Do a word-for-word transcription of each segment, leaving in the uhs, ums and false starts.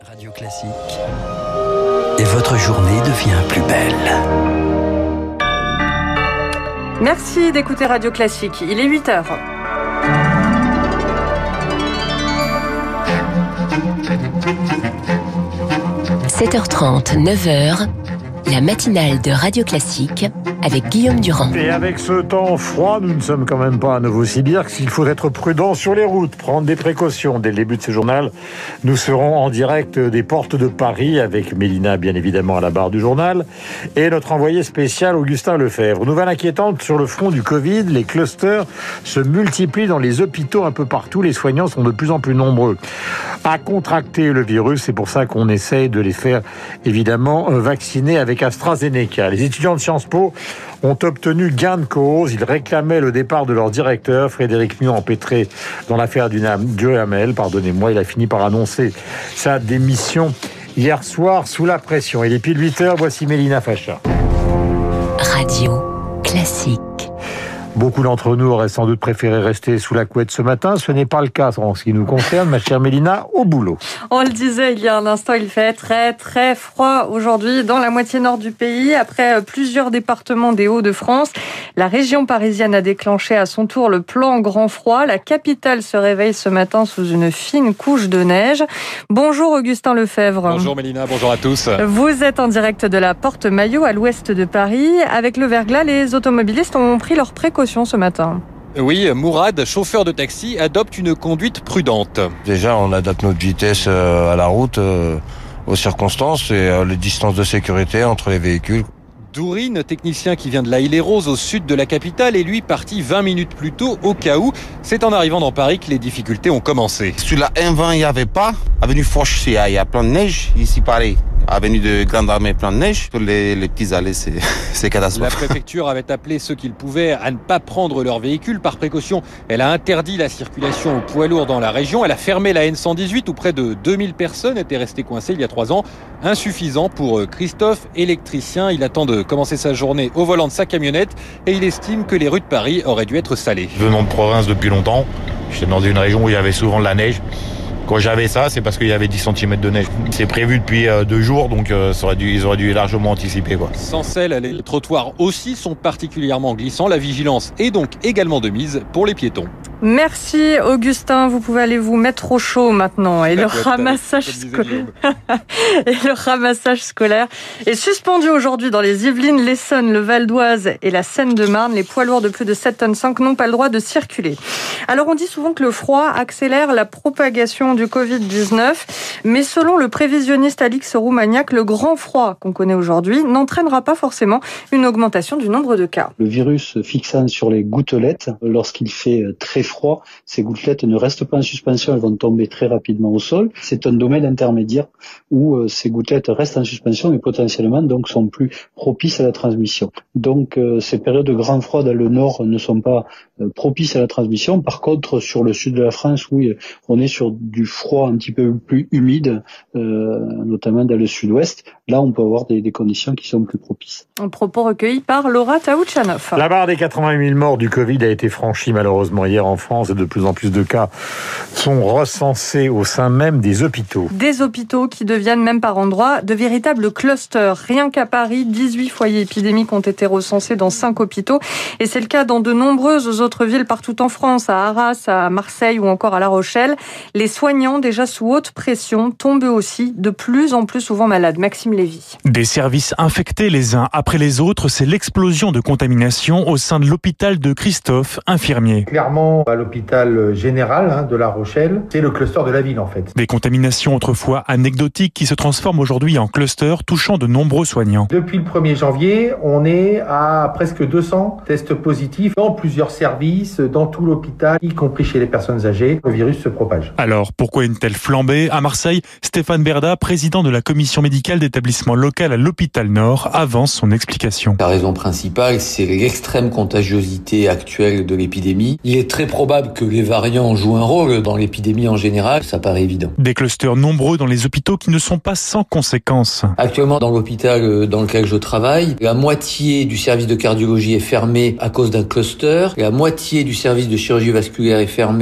Radio Classique. Et votre journée devient plus belle. Merci d'écouter Radio Classique. Il est huit heures. sept heures trente, neuf heures, la matinale de Radio Classique avec Guillaume Durand. Et avec ce temps froid, nous ne sommes quand même pas à Novosibirsk. Il faut être prudent sur les routes, prendre des précautions. Dès le début de ce journal, nous serons en direct des portes de Paris avec Mélina, bien évidemment, à la barre du journal, et notre envoyé spécial, Augustin Lefebvre. Nouvelle inquiétante sur le front du Covid, les clusters se multiplient dans les hôpitaux un peu partout. Les soignants sont de plus en plus nombreux à contracter le virus. C'est pour ça qu'on essaye de les faire, évidemment, vacciner avec AstraZeneca. Les étudiants de Sciences Po ont obtenu gain de cause. Ils réclamaient le départ de leur directeur, Frédéric Mion, empêtré dans l'affaire du Duhamel. Pardonnez-moi, il a fini par annoncer sa démission hier soir sous la pression. Il est pile huit heures, voici Mélina Facha. Radio Classique. Beaucoup d'entre nous auraient sans doute préféré rester sous la couette ce matin. Ce n'est pas le cas en ce qui nous concerne, ma chère Mélina, au boulot. On le disait il y a un instant, il fait très très froid aujourd'hui dans la moitié nord du pays. Après plusieurs départements des Hauts-de-France, la région parisienne a déclenché à son tour le plan grand froid. La capitale se réveille ce matin sous une fine couche de neige. Bonjour Augustin Lefebvre. Bonjour Mélina, bonjour à tous. Vous êtes en direct de la Porte Maillot à l'ouest de Paris. Avec le verglas, les automobilistes ont pris leurs précautions ce matin. Oui, Mourad, chauffeur de taxi, adopte une conduite prudente. Déjà, on adapte notre vitesse à la route, aux circonstances et les distances de sécurité entre les véhicules. Dourine, technicien qui vient de la Île-et-Rose au sud de la capitale, est lui parti vingt minutes plus tôt au cas où. C'est en arrivant dans Paris que les difficultés ont commencé. Sur la M vingt, il n'y avait pas. Avenue Foch, il y a plein de neige. Ici, pareil. Avenue de Grande Armée, plein de neige. Tous les, les petits allées, c'est, c'est catastrophe. La préfecture avait appelé ceux qu'ils pouvaient à ne pas prendre leur véhicule. Par précaution, elle a interdit la circulation aux poids lourds dans la région. Elle a fermé la N cent dix-huit où près de deux mille personnes étaient restées coincées il y a trois ans. Insuffisant pour Christophe, électricien. Il attend de commencer sa journée au volant de sa camionnette et il estime que les rues de Paris auraient dû être salées. Venant de province depuis longtemps, j'étais dans une région où il y avait souvent de la neige. Quand j'avais ça, c'est parce qu'il y avait dix centimètres de neige. C'est prévu depuis euh, deux jours, donc euh, ça aurait dû, ils auraient dû largement anticiper, quoi. Sans sel, les trottoirs aussi sont particulièrement glissants. La vigilance est donc également de mise pour les piétons. Merci Augustin, vous pouvez aller vous mettre au chaud maintenant. Et le ramassage scolaire et le ramassage scolaire est suspendu aujourd'hui dans les Yvelines, l'Essonne, le Val d'Oise et la Seine-de-Marne. Les poids lourds de plus de sept tonnes cinq n'ont pas le droit de circuler. Alors on dit souvent que le froid accélère la propagation du covid dix-neuf, mais selon le prévisionniste Alix Roumaniac, le grand froid qu'on connaît aujourd'hui n'entraînera pas forcément une augmentation du nombre de cas. Le virus fixant sur les gouttelettes, lorsqu'il fait très froid, ces gouttelettes ne restent pas en suspension, elles vont tomber très rapidement au sol. C'est un domaine intermédiaire où euh, ces gouttelettes restent en suspension et potentiellement donc sont plus propices à la transmission. Donc euh, ces périodes de grand froid dans le nord ne sont pas euh, propices à la transmission. Par contre, sur le sud de la France, oui, on est sur du froid un petit peu plus humide, euh, notamment dans le sud-ouest. Là, on peut avoir des, des conditions qui sont plus propices. Un propos recueilli par Laura Taouchanoff. La barre des quatre-vingt mille morts du Covid a été franchie malheureusement hier en France et de plus en plus de cas sont recensés au sein même des hôpitaux. Des hôpitaux qui deviennent même par endroits de véritables clusters. Rien qu'à Paris, dix-huit foyers épidémiques ont été recensés dans cinq hôpitaux et c'est le cas dans de nombreuses autres villes partout en France, à Arras, à Marseille ou encore à La Rochelle. Les soignants, déjà sous haute pression, tombent aussi de plus en plus souvent malades. Maxime Lévy. Des services infectés les uns après les autres, c'est l'explosion de contamination au sein de l'hôpital de Christophe, infirmier. Clairement, à l'hôpital général hein, de La Rochelle, c'est le cluster de la ville en fait. Des contaminations autrefois anecdotiques qui se transforment aujourd'hui en cluster touchant de nombreux soignants. Depuis le premier janvier, on est à presque deux cents tests positifs dans plusieurs services, dans tout l'hôpital, y compris chez les personnes âgées. Le virus se propage. Alors, pourquoi une telle flambée ? À Marseille, Stéphane Berda, président de la commission médicale d'établissement local à l'hôpital Nord, avance son explication. La raison principale, c'est l'extrême contagiosité actuelle de l'épidémie. Il est très probable que les variants jouent un rôle dans l'épidémie en général, ça paraît évident. Des clusters nombreux dans les hôpitaux qui ne sont pas sans conséquences. Actuellement, dans l'hôpital dans lequel je travaille, la moitié du service de cardiologie est fermée à cause d'un cluster, la moitié du service de chirurgie vasculaire est fermée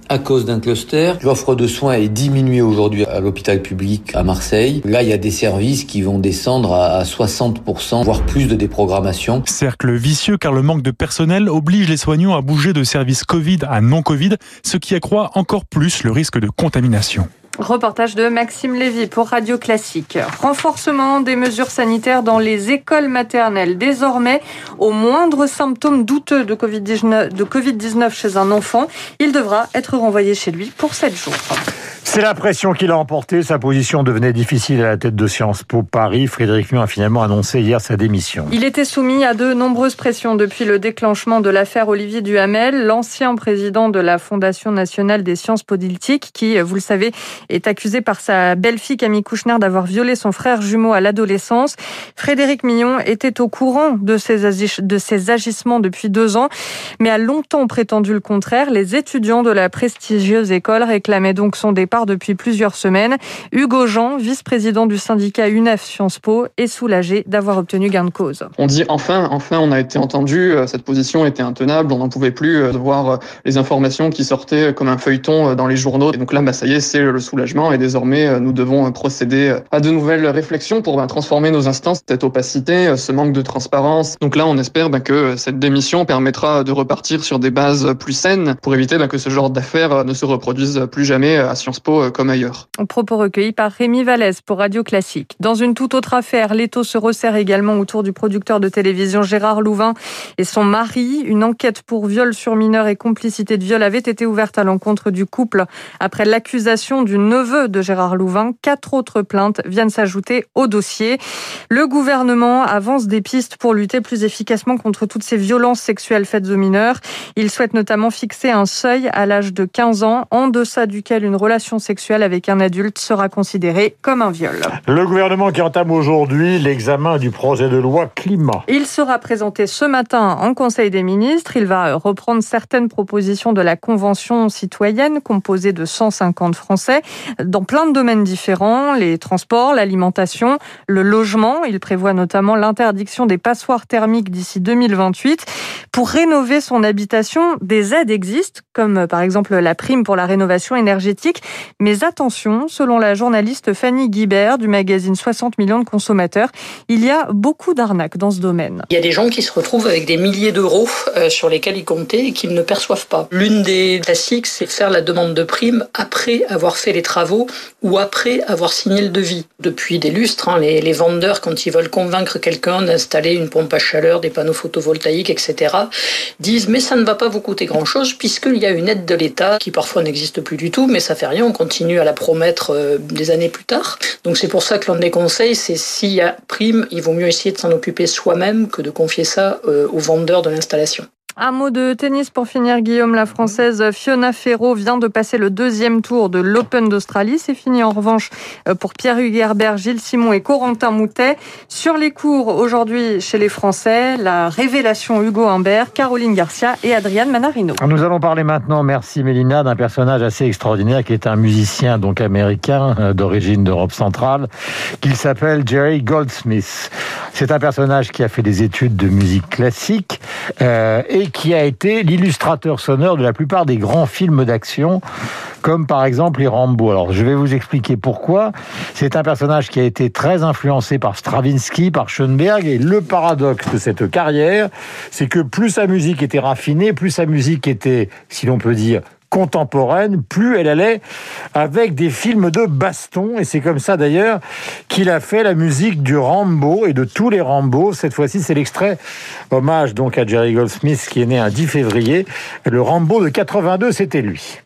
à cause d'un cluster. L'offre de soins est diminuée aujourd'hui à l'hôpital public à Marseille. Là, il y a des services qui vont descendre à soixante pour cent, voire plus de déprogrammation. Cercle vicieux car le manque de personnel oblige les soignants à bouger de services Covid à non-Covid, ce qui accroît encore plus le risque de contamination. Reportage de Maxime Lévy pour Radio Classique. Renforcement des mesures sanitaires dans les écoles maternelles. Désormais, au moindre symptôme douteux de covid dix-neuf, de covid dix-neuf chez un enfant, il devra être renvoyé chez lui pour sept jours. C'est la pression qui l'a emporté. Sa position devenait difficile à la tête de Sciences Po Paris. Frédéric Mion a finalement annoncé hier sa démission. Il était soumis à de nombreuses pressions depuis le déclenchement de l'affaire Olivier Duhamel, l'ancien président de la Fondation nationale des sciences politiques, qui, vous le savez, est accusé par sa belle-fille Camille Kouchner d'avoir violé son frère jumeau à l'adolescence. Frédéric Mion était au courant de ces, agi- de ces agissements depuis deux ans, mais a longtemps prétendu le contraire. Les étudiants de la prestigieuse école réclamaient donc son départ depuis plusieurs semaines. Hugo Jean, vice-président du syndicat U N E F Sciences Po, est soulagé d'avoir obtenu gain de cause. On dit enfin, enfin on a été entendu, cette position était intenable, on n'en pouvait plus de voir les informations qui sortaient comme un feuilleton dans les journaux. Et donc là, bah, ça y est, c'est le soulagement et désormais nous devons procéder à de nouvelles réflexions pour bah, transformer nos instances, cette opacité, ce manque de transparence. Donc là, on espère bah, que cette démission permettra de repartir sur des bases plus saines pour éviter bah, que ce genre d'affaires ne se reproduisent plus jamais à Sciences Po comme ailleurs. Propos recueillis par Rémi Vallès pour Radio Classique. Dans une toute autre affaire, l'étau se resserre également autour du producteur de télévision Gérard Louvain et son mari. Une enquête pour viol sur mineur et complicité de viol avait été ouverte à l'encontre du couple après l'accusation du neveu de Gérard Louvain. Quatre autres plaintes viennent s'ajouter au dossier. Le gouvernement avance des pistes pour lutter plus efficacement contre toutes ces violences sexuelles faites aux mineurs. Il souhaite notamment fixer un seuil à l'âge de quinze ans, en deçà duquel une relation sexuelle avec un adulte sera considérée comme un viol. Le gouvernement qui entame aujourd'hui l'examen du projet de loi climat. Il sera présenté ce matin en Conseil des ministres. Il va reprendre certaines propositions de la Convention citoyenne composée de cent cinquante Français dans plein de domaines différents, les transports, l'alimentation, le logement. Il prévoit notamment l'interdiction des passoires thermiques d'ici deux mille vingt-huit. Pour rénover son habitation, des aides existent, comme par exemple la prime pour la rénovation énergétique. Mais attention, selon la journaliste Fanny Guibert du magazine soixante millions de consommateurs, il y a beaucoup d'arnaques dans ce domaine. Il y a des gens qui se retrouvent avec des milliers d'euros euh, sur lesquels ils comptaient et qu'ils ne perçoivent pas. L'une des classiques, c'est faire la demande de prime après avoir fait les travaux ou après avoir signé le devis. Depuis des lustres, hein, les, les vendeurs, quand ils veulent convaincre quelqu'un d'installer une pompe à chaleur, des panneaux photovoltaïques, et cetera, disent « mais ça ne va pas vous coûter grand-chose puisqu'il y a une aide de l'État qui parfois n'existe plus du tout, mais ça fait rien, on continue à la promettre euh, des années plus tard. » Donc c'est pour ça que l'un des conseils, c'est s'il y a prime, il vaut mieux essayer de s'en occuper soi-même que de confier ça euh, aux vendeurs de l'installation. Un mot de tennis pour finir, Guillaume. La Française Fiona Ferro vient de passer le deuxième tour de l'Open d'Australie. C'est fini en revanche pour Pierre-Hugues Herbert, Gilles Simon et Corentin Moutet. Sur les cours aujourd'hui chez les Français, la révélation Hugo Humbert, Caroline Garcia et Adriane Manarino. Nous allons parler maintenant, merci Mélina, d'un personnage assez extraordinaire qui est un musicien donc américain d'origine d'Europe centrale, qu'il s'appelle Jerry Goldsmith. C'est un personnage qui a fait des études de musique classique euh, et qui a été l'illustrateur sonore de la plupart des grands films d'action, comme par exemple les Rambo. Alors je vais vous expliquer pourquoi. C'est un personnage qui a été très influencé par Stravinsky, par Schoenberg, et le paradoxe de cette carrière, c'est que plus sa musique était raffinée, plus sa musique était, si l'on peut dire, contemporaine, plus elle allait avec des films de baston. Et c'est comme ça d'ailleurs qu'il a fait la musique du Rambo et de tous les Rambo. Cette fois-ci, c'est l'extrait hommage donc à Jerry Goldsmith qui est né un dix février. Le Rambo de quatre-vingt-deux, c'était lui.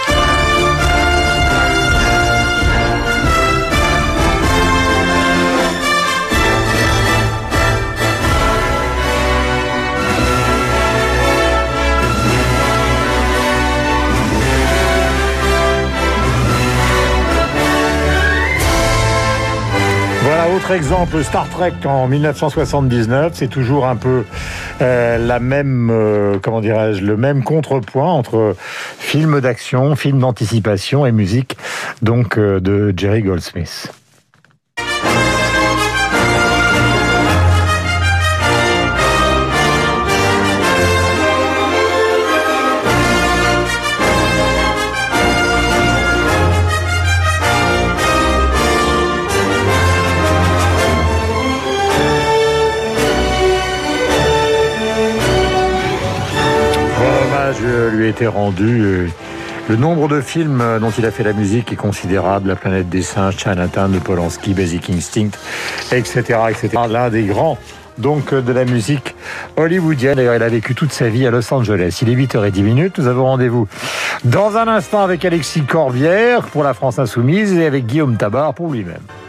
Autre exemple, Star Trek en dix-neuf cent soixante-dix-neuf, c'est toujours un peu euh, la même, euh, comment dirais-je, le même contrepoint entre film d'action, film d'anticipation et musique donc euh, de Jerry Goldsmith. hommage lui a été rendu. Le nombre de films dont il a fait la musique est considérable. La planète des singes, Chinatown de Polanski, Basic Instinct, et cetera, et cetera. L'un des grands donc de la musique hollywoodienne. D'ailleurs, il a vécu toute sa vie à Los Angeles. Il est huit heures dix. Nous avons rendez-vous dans un instant avec Alexis Corbière pour la France Insoumise et avec Guillaume Tabar pour lui-même.